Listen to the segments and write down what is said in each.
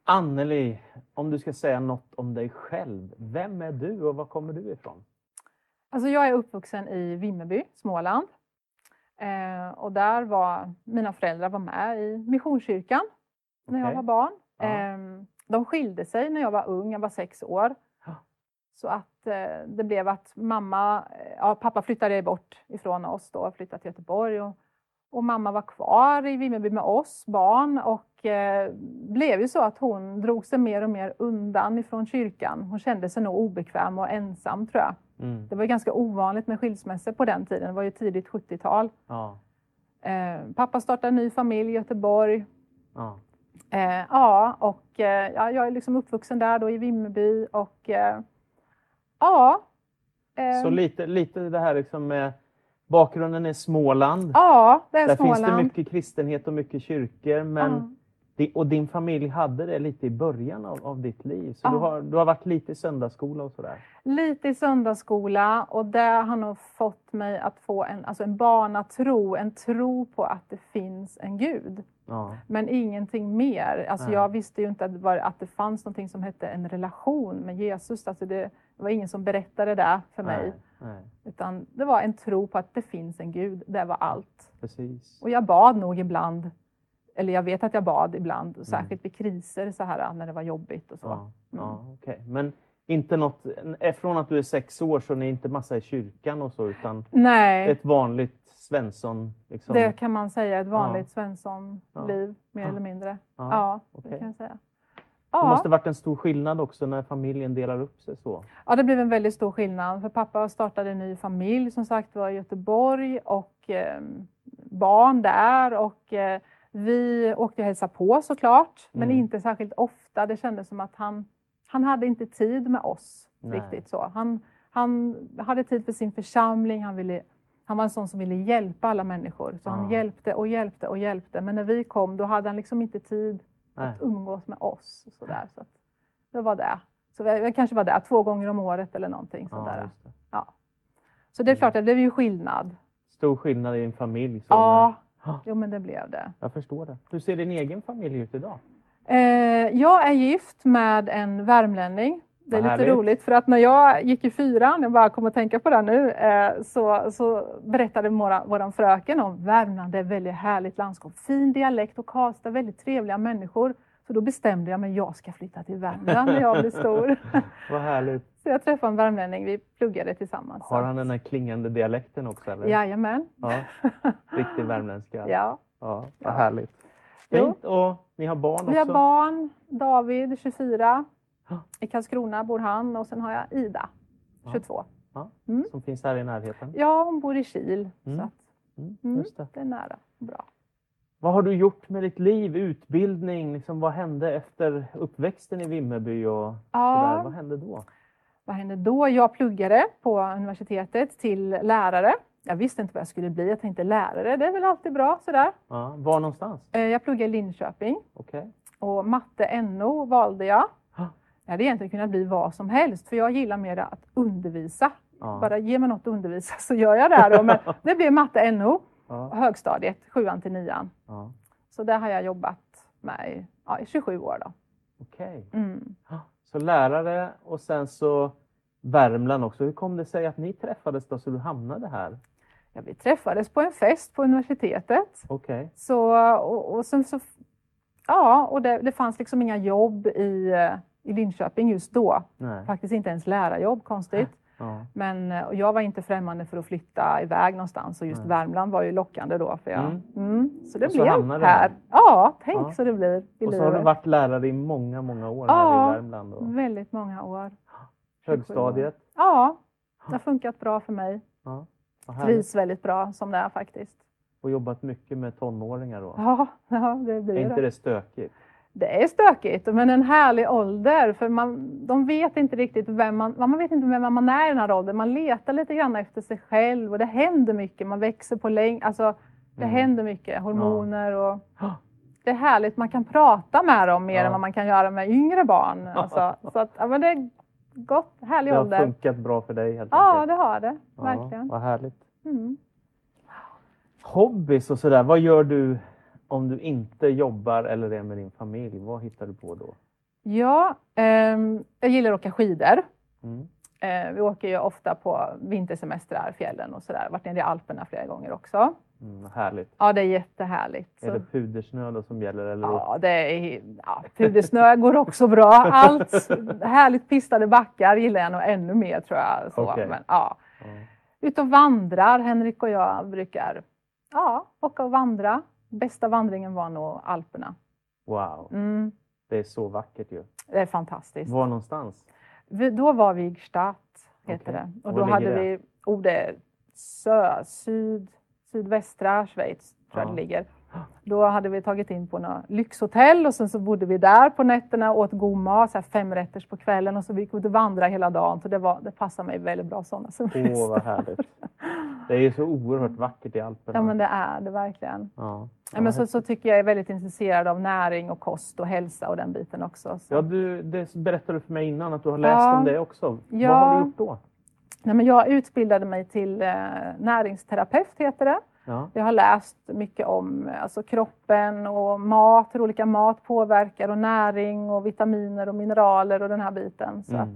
Anneli, om du ska säga något om dig själv. Vem är du och var kommer du ifrån? Alltså jag är uppvuxen i Vimmerby, Småland. Och där var mina föräldrar var med i Missionskyrkan när jag Okej. var barn. Ja. De skilde sig när jag var ung, jag var 6 år. Ja. Så att det blev att pappa flyttade bort ifrån oss då, flyttade till Göteborg. Och mamma var kvar i Vimmerby med oss barn och blev ju så att hon drog sig mer och mer undan ifrån kyrkan. Hon kände sig nog obekväm och ensam, tror jag. Mm. Det var ganska ovanligt med skilsmässor på den tiden. Det var ju tidigt 70-tal. Ja. Pappa startade en ny familj i Göteborg. Ja. Jag är liksom uppvuxen där då i Vimmerby och Så lite det här liksom med bakgrunden är Småland. Ja, det är Där Småland. finns det mycket kristenhet och mycket kyrkor. Men och din familj hade det lite i början av ditt liv. Så du har varit lite i söndagsskola och sådär. Lite i söndagsskola, och det har nog fått mig att få en barnatro, en tro på att det finns en Gud. Ja. Men ingenting mer. Alltså Nej. jag visste ju inte att det fanns någonting som hette en relation med Jesus. Alltså det var ingen som berättade det för mig. Nej. Utan det var en tro på att det finns en Gud. Det var allt. Precis. Och jag bad nog ibland. Eller jag vet att jag bad ibland. Särskilt vid kriser så här, när det var jobbigt och så. Ja, okej. Men inte något, från att du är 6 år så är ni inte massa i kyrkan och så, utan Nej. ett vanligt Svensson. Liksom. Det kan man säga, ett vanligt Svensson-liv, mer eller mindre. Ja, okay. det kan jag säga. Det måste varit en stor skillnad också när familjen delar upp sig så. Ja, det blev en väldigt stor skillnad. För pappa startade en ny familj, som sagt, var i Göteborg och barn där. Och vi åkte och hälsade på såklart, men inte särskilt ofta. Det kändes som att han hade inte tid med oss riktigt så. Han hade tid för sin församling, han var en sån som ville hjälpa alla människor. Så han hjälpte. Men när vi kom, då hade han liksom inte tid att umgås med oss. Så att det var det. Så jag kanske var där 2 gånger om året eller någonting sådär. Ja. Så det är klart, det blev ju skillnad. Stor skillnad i en familj. Så jo, men det blev det. Jag förstår det. Hur ser din egen familj ut idag? Jag är gift med en värmlänning. Det är lite roligt, för att när jag gick i 4:an, jag bara kommer att tänka på det nu, så berättade våran fröken om Värmland. Det är ett väldigt härligt landskap, fin dialekt och Karlstad, väldigt trevliga människor. Så då bestämde jag mig, jag ska flytta till Värmland när jag blir stor. Vad härligt. Så jag träffade en värmlänning, vi pluggade tillsammans. Har han den här klingande dialekten också? Eller? Jajamän. Ja, riktig värmländska. Ja, vad härligt. Fint. Och ni har barn också? Vi har barn, David 24. I Karlskrona bor han, och sen har jag Ida 22. Som finns här i närheten? Ja, hon bor i Kil. Så att, just det. Det är nära. Bra. Vad har du gjort med ditt liv, utbildning? Liksom, vad hände efter uppväxten i Vimmerby? Och sådär? Vad hände då? Vad hände då? Jag pluggade på universitetet till lärare. Jag visste inte vad jag skulle bli. Jag tänkte lärare, det är väl alltid bra sådär. Ja, var någonstans? Jag pluggade i Linköping. Okay. Och matte NO valde jag. Jag hade egentligen kunnat bli vad som helst, för jag gillar mer att undervisa. Bara ge mig något att undervisa så gör jag det då. Men det blev matte NO, högstadiet, 7:an till 9:an. Så där har jag jobbat med i 27 år då. Okej. Så lärare och sen så Värmland också. Hur kom det sig att ni träffades då så du hamnade här? Ja, vi träffades på en fest på universitetet. Okej. Och det fanns liksom inga jobb i Linköping just då. Nej. Faktiskt inte ens lärarjobb, konstigt. Men jag var inte främmande för att flytta iväg någonstans. Och just Värmland var ju lockande då. För så det blev här. Ja, tänk så det blir i och så livet. har du varit lärare i många, många år här i Värmland. Då. Väldigt många år. Högstadiet? Ja, det har funkat bra för mig. Trivs väldigt bra som det är faktiskt. Och jobbat mycket med tonåringar då? Ja, det blir det. Är inte det stökigt? Det är stökigt, men en härlig ålder. För de vet inte riktigt man vet inte vem man är i den här åldern. Man letar lite grann efter sig själv och det händer mycket. Man växer på Alltså, det händer mycket. Hormoner och... Det är härligt. Man kan prata med dem mer än vad man kan göra med yngre barn. Alltså, så att, men det är gott, härlig ålder. Det har funkat bra för dig helt enkelt. Ja, det har det. Verkligen. Vad härligt. Hobbys och sådär. Vad gör du om du inte jobbar eller är med din familj? Vad hittar du på då? Ja, jag gillar att åka skidor. Mm. Vi åker ju ofta på vintersemestrar, fjällen och sådär. Varit nere i Alperna flera gånger också. Härligt. Ja, det är jättehärligt. Är det pudersnö då som gäller? Eller? Ja, pudersnö går också bra. Allt härligt pistade backar gillar jag nog ännu mer, tror jag. Så. Okay. Men, ut och vandrar. Henrik och jag brukar åka och vandra. Bästa vandringen var nog Alperna. Wow, det är så vackert ju. Det är fantastiskt. Var någonstans? Då var vi i Gstaad, heter det. Och då hade vi, det sydvästra Schweiz, tror jag det ligger. Då hade vi tagit in på några lyxhotell och sen så bodde vi där på nätterna och åt god mat, så här 5 rätters på kvällen, och så vi kunde vandra hela dagen. Så det passar mig väldigt bra sådana semester. Vad härligt. Det är ju så oerhört vackert i Alperna. Ja, men det är det verkligen. Ja, men så tycker jag är väldigt intresserad av näring och kost och hälsa och den biten också. Så. Ja, det berättade du för mig innan att du har läst om det också. Ja. Vad har du gjort då? Nej, men jag utbildade mig till näringsterapeut, heter det. Ja. Jag har läst mycket om kroppen och mat, hur olika mat påverkar, och näring och vitaminer och mineraler och den här biten. Så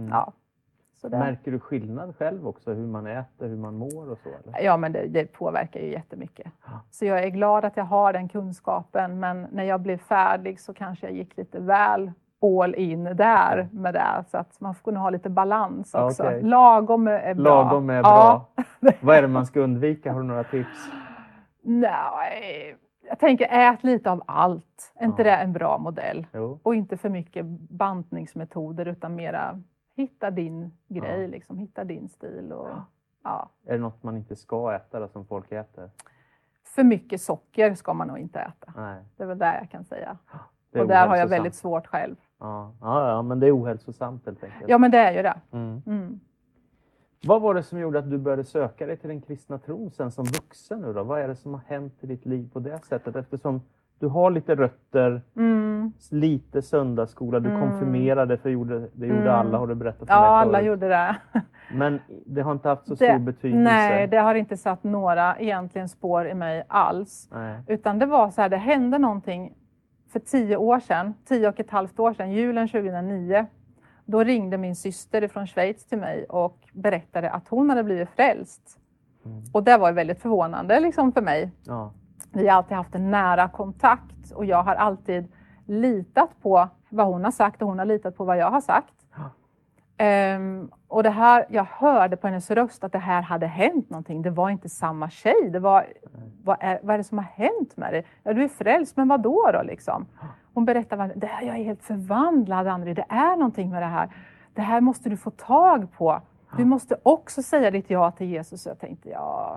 så Märker du skillnad själv också, hur man äter, hur man mår och så? Eller? Ja, men det påverkar ju jättemycket. Så jag är glad att jag har den kunskapen, men när jag blev färdig så kanske jag gick lite väl all in där med det. Så att man får kunna ha lite balans också. Okay. Lagom är bra. Lagom är bra. Vad är det man ska undvika? Har du några tips? Nej, jag tänker ät lite av allt. Är inte det en bra modell? Jo. Och inte för mycket bantningsmetoder, utan mera hitta din grej, liksom, hitta din stil. Och, Är det något man inte ska äta då, som folk äter? För mycket socker ska man nog inte äta. Nej. Det är väl det jag kan säga. Och där har jag väldigt svårt själv. Ja, men det är ohälsosamt helt enkelt. Ja, men det är ju det. Vad var det som gjorde att du började söka dig till den kristna tron sen som vuxen nu då? Vad är det som har hänt i ditt liv på det sättet? Eftersom du har lite rötter, lite söndagsskola, du konfirmerade, för det gjorde alla, har du berättat för mig förut. Alla gjorde det. Men det har inte haft så stor betydelse? Nej, det har inte satt några egentligen spår i mig alls. Nej. Utan det var så här, det hände någonting för 10 och ett halvt år sedan, julen 2009. Då ringde min syster från Schweiz till mig och berättade att hon hade blivit frälst. Och det var väldigt förvånande liksom för mig. Ja. Vi har alltid haft en nära kontakt och jag har alltid litat på vad hon har sagt och hon har litat på vad jag har sagt. Och det här, jag hörde på hennes röst att det här hade hänt någonting. Det var inte samma tjej. Det var, vad är det som har hänt med dig? Ja, du är frälst, men vad då liksom? Hon berättade, jag är helt förvandlad, André. Det är någonting med det här. Det här måste du få tag på. Du måste också säga ditt ja till Jesus. Jag tänkte,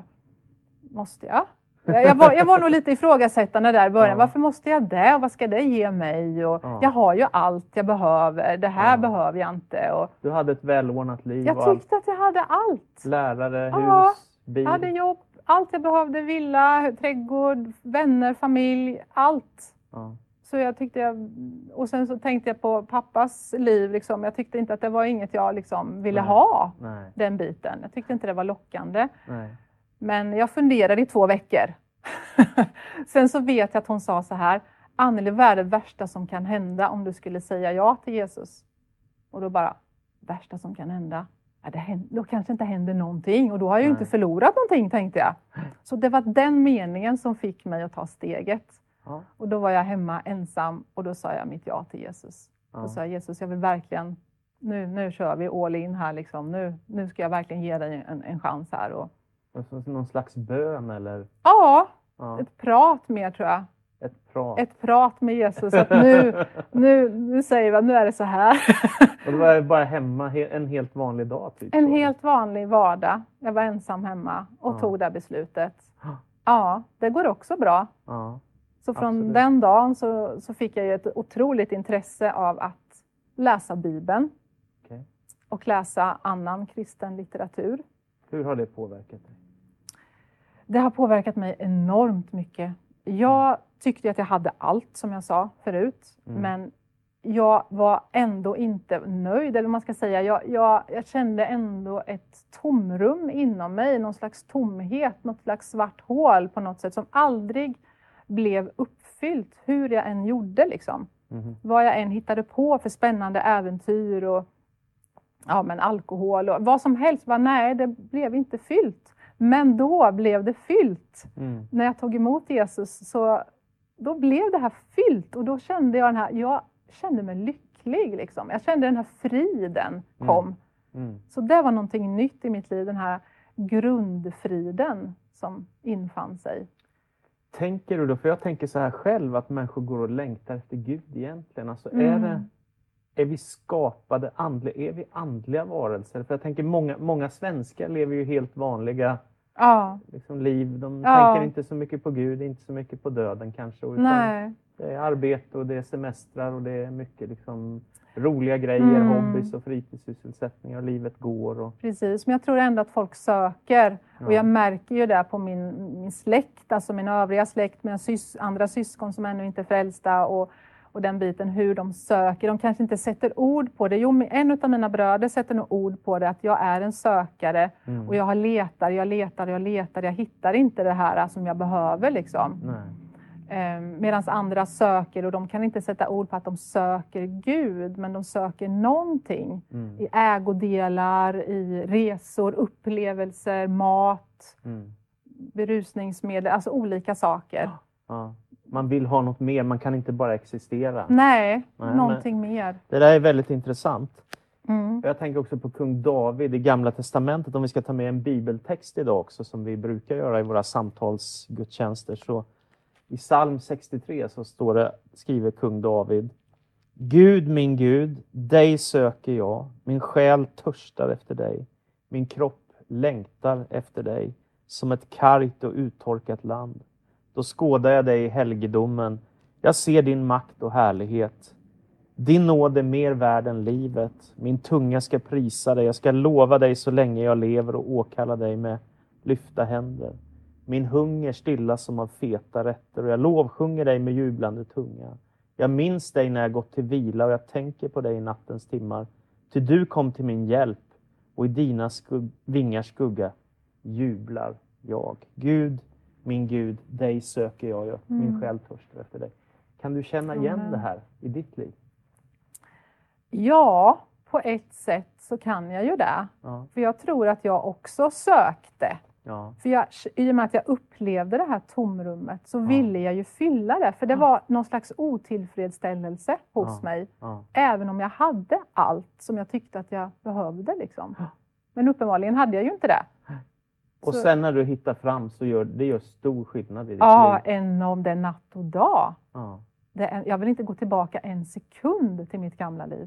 måste jag? Jag var nog lite ifrågasättande där i början. Varför måste jag det? Och vad ska det ge mig? Och jag har ju allt jag behöver. Det här behöver jag inte. Och du hade ett välordnat liv. Jag tyckte att jag hade allt. Lärare, hus, bil. Jag hade jobb. Allt jag behövde. Villa, trädgård, vänner, familj. Allt. Så jag tyckte och sen så tänkte jag på pappas liv. Liksom. Jag tyckte inte att det var inget jag liksom ville ha. Nej. Den biten. Jag tyckte inte det var lockande. Nej. Men jag funderade i 2 veckor. Sen så vet jag att hon sa så här: Anneli, vad är det värsta som kan hända om du skulle säga ja till Jesus? Och då bara, värsta som kan hända? Ja, då kanske inte händer någonting. Och då har jag ju inte förlorat någonting, tänkte jag. Så det var den meningen som fick mig att ta steget. Och då var jag hemma ensam och då sa jag mitt ja till Jesus. Då sa jag, Jesus, jag vill verkligen, nu kör vi all in här liksom. Nu ska jag verkligen ge dig en chans här. Och någon slags bön eller? Ja, ett prat mer tror jag. Ett prat med Jesus. Att nu säger vi att nu är det så här. Och det var bara hemma en helt vanlig dag? Typ, en helt vanlig vardag. Jag var ensam hemma och tog det beslutet. Ja, det går också bra. Så från den dagen så fick jag ju ett otroligt intresse av att läsa Bibeln. Och läsa annan kristen litteratur. Hur har det påverkat dig? Det har påverkat mig enormt mycket. Jag tyckte att jag hade allt, som jag sa förut. Men jag var ändå inte nöjd. Eller man ska säga, jag kände ändå ett tomrum inom mig. Någon slags tomhet, något slags svart hål på något sätt. Som aldrig blev uppfyllt, hur jag än gjorde liksom. Vad jag än hittade på för spännande äventyr och alkohol och vad som helst. Nej, det blev inte fyllt. Men då blev det fyllt. När jag tog emot Jesus så då blev det här fyllt. Och då kände jag kände mig lycklig liksom. Jag kände den här friden kom. Så det var någonting nytt i mitt liv. Den här grundfriden som infann sig. Tänker du då, för jag tänker så här själv, att människor går och längtar efter Gud egentligen. Alltså är vi skapade är vi andliga varelser? För jag tänker många svenskar lever ju helt vanliga liksom, liv. De tänker inte så mycket på Gud, inte så mycket på döden kanske. Utan det är arbete och det är semestrar och det är mycket liksom roliga grejer, hobbys och fritidssysselsättningar och livet går. Och... Precis, men jag tror ändå att folk söker. Och jag märker ju det på min släkt, alltså min övriga släkt, mina andra syskon som ännu inte är frälsta och den biten, hur de söker. De kanske inte sätter ord på det. Jo, en av mina bröder sätter nog ord på det, att jag är en sökare och jag letar. Jag hittar inte det här som jag behöver liksom. Medan andra söker och de kan inte sätta ord på att de söker Gud, men de söker någonting i ägodelar, i resor, upplevelser, mat, berusningsmedel, alltså olika saker. Man vill ha något mer, man kan inte bara existera. Nej, någonting mer. Det där är väldigt intressant. Jag tänker också på kung David i Gamla testamentet, om vi ska ta med en bibeltext idag också, som vi brukar göra i våra samtalsgudstjänster. Så i psalm 63 så skriver kung David: Gud, min Gud, dig söker jag. Min själ törstar efter dig. Min kropp längtar efter dig som ett kargt och uttorkat land. Då skådar jag dig i helgedomen. Jag ser din makt och härlighet. Din nåd är mer värd än livet. Min tunga ska prisa dig. Jag ska lova dig så länge jag lever och åkalla dig med lyfta händer. Min hunger stilla som av feta rätter och jag lovsjunger dig med jublande tunga. Jag minns dig när jag gått till vila och jag tänker på dig i nattens timmar. Ty du kom till min hjälp och i dina vingars skugga jublar jag. Gud, min Gud, dig söker jag. Min själ törstar efter dig. Kan du känna igen det här i ditt liv? Ja, på ett sätt så kan jag ju det. För jag tror att jag också sökte. För i och med att jag upplevde det här tomrummet så ville jag ju fylla det. För det var någon slags otillfredsställelse hos mig. Även om jag hade allt som jag tyckte att jag behövde. Liksom. Men uppenbarligen hade jag ju inte det. Och sen när du hittar fram så gör stor skillnad i ditt liv. Ja, än det natt och dag. Jag vill inte gå tillbaka en sekund till mitt gamla liv.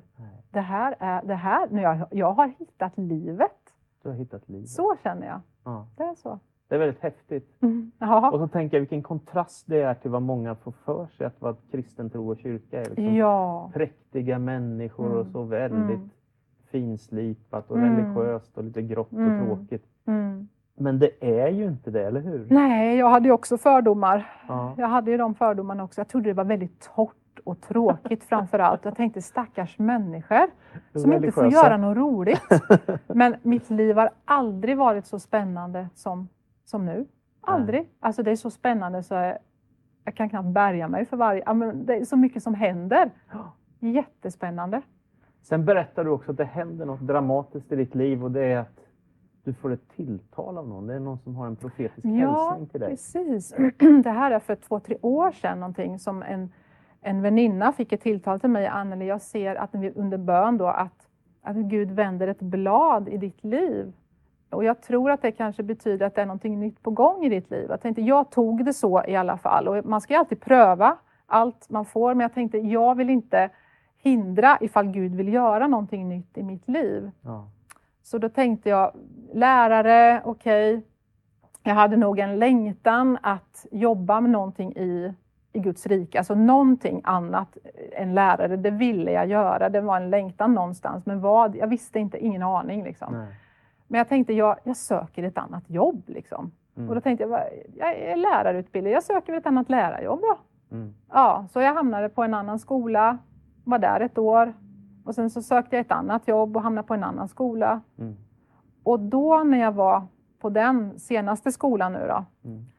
Jag har hittat livet. Du har hittat livet. Så känner jag. Det är så. Det är väldigt häftigt. Och så tänker jag vilken kontrast det är till vad många får för sig att vad kristen tro och kyrka är. Liksom präktiga människor och så väldigt finslipat och religiöst och lite grått och tråkigt. Men det är ju inte det, eller hur? Nej, jag hade ju också fördomar. Jag hade ju de fördomarna också. Jag trodde det var väldigt torrt och tråkigt framförallt. Jag tänkte stackars människor som inte får göra något roligt. Men mitt liv har aldrig varit så spännande som nu. Aldrig. Alltså det är så spännande så jag kan knappt bärga mig för varje... Det är så mycket som händer. Jättespännande. Sen berättar du också att det händer något dramatiskt i ditt liv och det är att du får ett tilltal av någon. Det är någon som har en profetisk hälsning till dig. Ja, precis. Det här är för 2-3 år sedan någonting som en väninna fick ett tilltal till mig. Anneli, jag ser att vi under bön då att Gud vänder ett blad i ditt liv. Och jag tror att det kanske betyder att det är någonting nytt på gång i ditt liv. Jag tog det så i alla fall. Och man ska ju alltid pröva allt man får. Men jag tänkte, jag vill inte hindra ifall Gud vill göra någonting nytt i mitt liv. Så då tänkte jag, lärare, okej. Jag hade nog en längtan att jobba med någonting i Guds rike. Alltså någonting annat än lärare, det ville jag göra. Det var en längtan någonstans. Men vad? Jag visste inte, ingen aning liksom. Men jag tänkte, jag söker ett annat jobb liksom. Och då tänkte jag är lärarutbildad. Jag söker ett annat lärarjobb då. Ja, så jag hamnade på en annan skola. Var där ett år. Och sen så sökte jag ett annat jobb och hamnade på en annan skola. Och då när jag var på den senaste skolan nu då.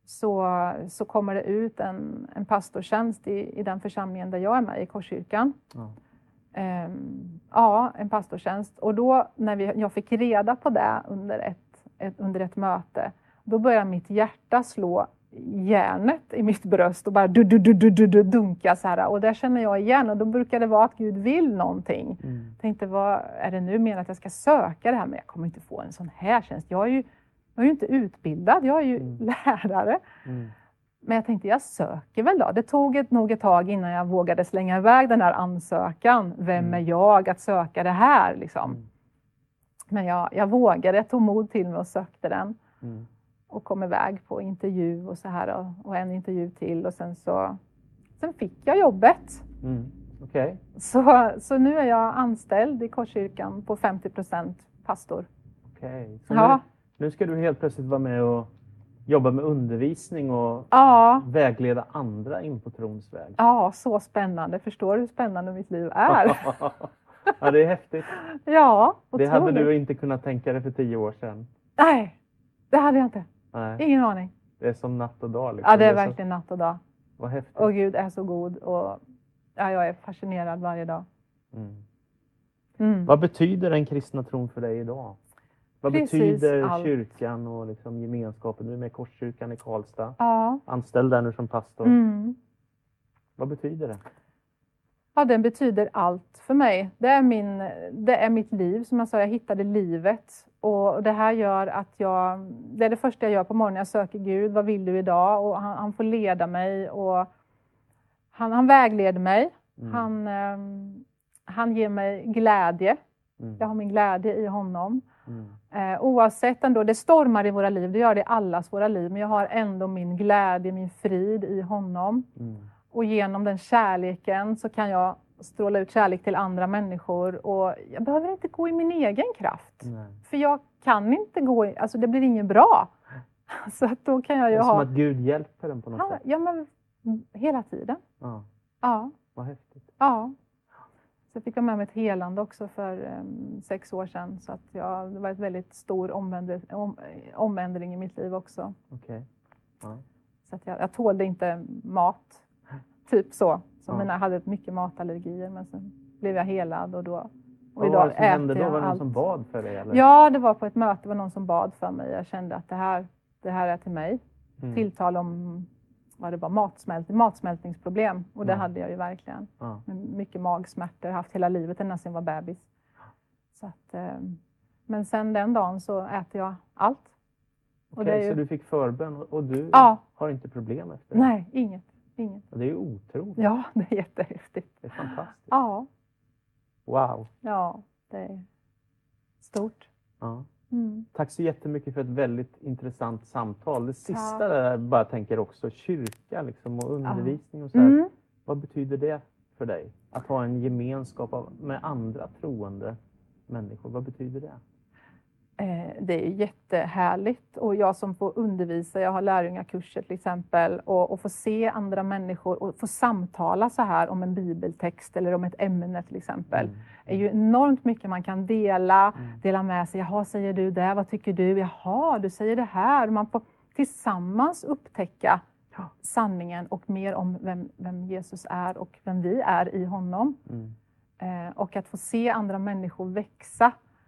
så kommer det ut en pastortjänst i den församlingen där jag är med i Korskyrkan. Ja. Ja, en pastortjänst. Och då när jag fick reda på det under ett möte, då började mitt hjärta slå järnet i mitt bröst och bara dunka så här. Och där känner jag igen, och då brukar det vara att Gud vill någonting. Tänkte, vad är det nu menar att jag ska söka det här, men jag kommer inte få en sån här tjänst. Jag är ju inte utbildad, jag är ju lärare. Men jag tänkte, jag söker väl då. Det tog nog ett tag innan jag vågade slänga iväg den här ansökan. Vem är jag att söka det här liksom? Men jag vågade, jag tog mod till mig och sökte den. Och kom iväg på intervju och så här, och en intervju till, och sen fick jag jobbet. Okay. Så nu är jag anställd i Korskyrkan på 50% pastor. Okej. Så nu ska du helt plötsligt vara med och jobba med undervisning och vägleda andra in på trons väg. Ja, så spännande. Förstår du hur spännande mitt liv är? Ja, det är häftigt. Ja, det hade du inte kunnat tänka dig för 10 år sedan. Nej, det hade jag inte. Nej. Ingen aning. Det är som natt och dag. Liksom. Ja, det är verkligen natt och dag. Vad häftigt. Och Gud är så god. Och jag är fascinerad varje dag. Vad betyder den kristna tron för dig idag? Vad betyder kyrkan och liksom gemenskapen? Du är med i Korskyrkan i Karlstad. Ja. Anställd där nu som pastor. Vad betyder det? Ja, den betyder allt för mig. Det är mitt liv. Som jag sa, jag hittade livet. Och det här gör att det är det första jag gör på morgonen. Jag söker Gud. Vad vill du idag? Och han får leda mig. Och han vägleder mig. Han ger mig glädje. Jag har min glädje i honom. Oavsett ändå, det stormar i våra liv. Det gör det i allas våra liv. Men jag har ändå min glädje, min frid i honom. Och genom den kärleken så kan jag stråla ut kärlek till andra människor. Och jag behöver inte gå i min egen kraft. Nej. För jag kan inte gå i, alltså det blir inget bra. Så att då kan jag ju det är som att Gud hjälper den på något sätt. Ja, men hela tiden. Ja. Vad häftigt. Ja. Så jag fick vara med om ett helande också för 6 år sedan. Så att det var ett väldigt stor omändring i mitt liv också. Okay. Ja. Så att jag tålde inte mat. Typ så. Jag hade mycket matallergier, men sen blev jag helad och då. Och idag äter jag allt. Var det någon som bad för dig? Eller? Ja, det var på ett möte. Det var någon som bad för mig. Jag kände att det här är till mig. Tilltal om vad det var, matsmältningsproblem. Och det hade jag ju verkligen. Mycket magsmärtor. Haft hela livet ända sedan jag var bebis. Så att, men sen den dagen så äter jag allt. Okej, så du fick förbön och du har inte problem efter det? Nej, inget. Och det är ju otroligt. Ja, det är jättehäftigt. Det är fantastiskt. Ja. Wow. Ja, det är stort. Ja. Tack så jättemycket för ett väldigt intressant samtal. Det sista där jag bara tänker också, kyrka liksom, och undervisning och så här. Vad betyder det för dig? Att ha en gemenskap med andra troende människor, vad betyder det? Det är jättehärligt, och jag som får undervisa, jag har lärjungakurser till exempel, och få se andra människor och få samtala så här om en bibeltext eller om ett ämne till exempel. Är ju enormt mycket man kan dela med sig. Jaha, säger du det? Vad tycker du? Jaha, du säger det här. Man får tillsammans upptäcka sanningen och mer om vem Jesus är och vem vi är i honom. Och att få se andra människor växa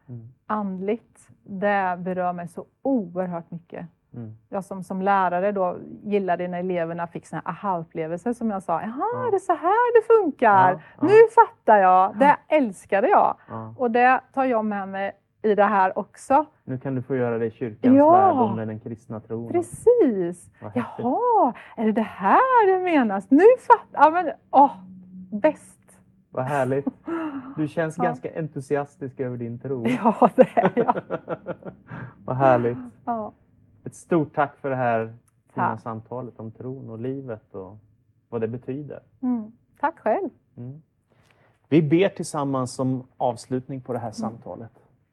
andligt, det berör mig så oerhört mycket. Jag som lärare då gillade när eleverna fick såna aha-upplevelser, som jag sa. Jaha, det är så här det funkar. Nu fattar jag. Det älskade jag. Och det tar jag med mig i det här också. Nu kan du få göra det i kyrkans värld och med den kristna tron. Precis. Jaha, är det här det menas? Nu fattar jag. Bäst. Vad härligt. Du känns ganska entusiastisk över din tro. Ja, det är jag. Vad härligt. Ja. Ett stort tack för det här fina samtalet om tron och livet och vad det betyder. Tack själv. Vi ber tillsammans som avslutning på det här samtalet.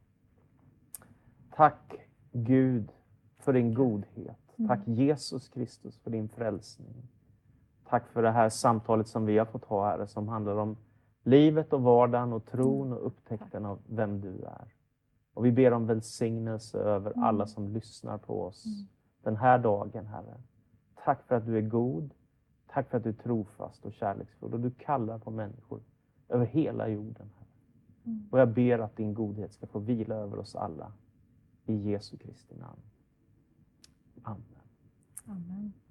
Tack Gud för din godhet. Tack Jesus Kristus för din frälsning. Tack för det här samtalet som vi har fått ha här, som handlar om livet och vardagen och tron och upptäckten av vem du är. Och vi ber om välsignelse över alla som lyssnar på oss den här dagen, Herre. tack för att du är god. Tack för att du är trofast och kärleksfull. Och du kallar på människor över hela jorden. Och jag ber att din godhet ska få vila över oss alla. I Jesu Kristi namn. Amen. Amen.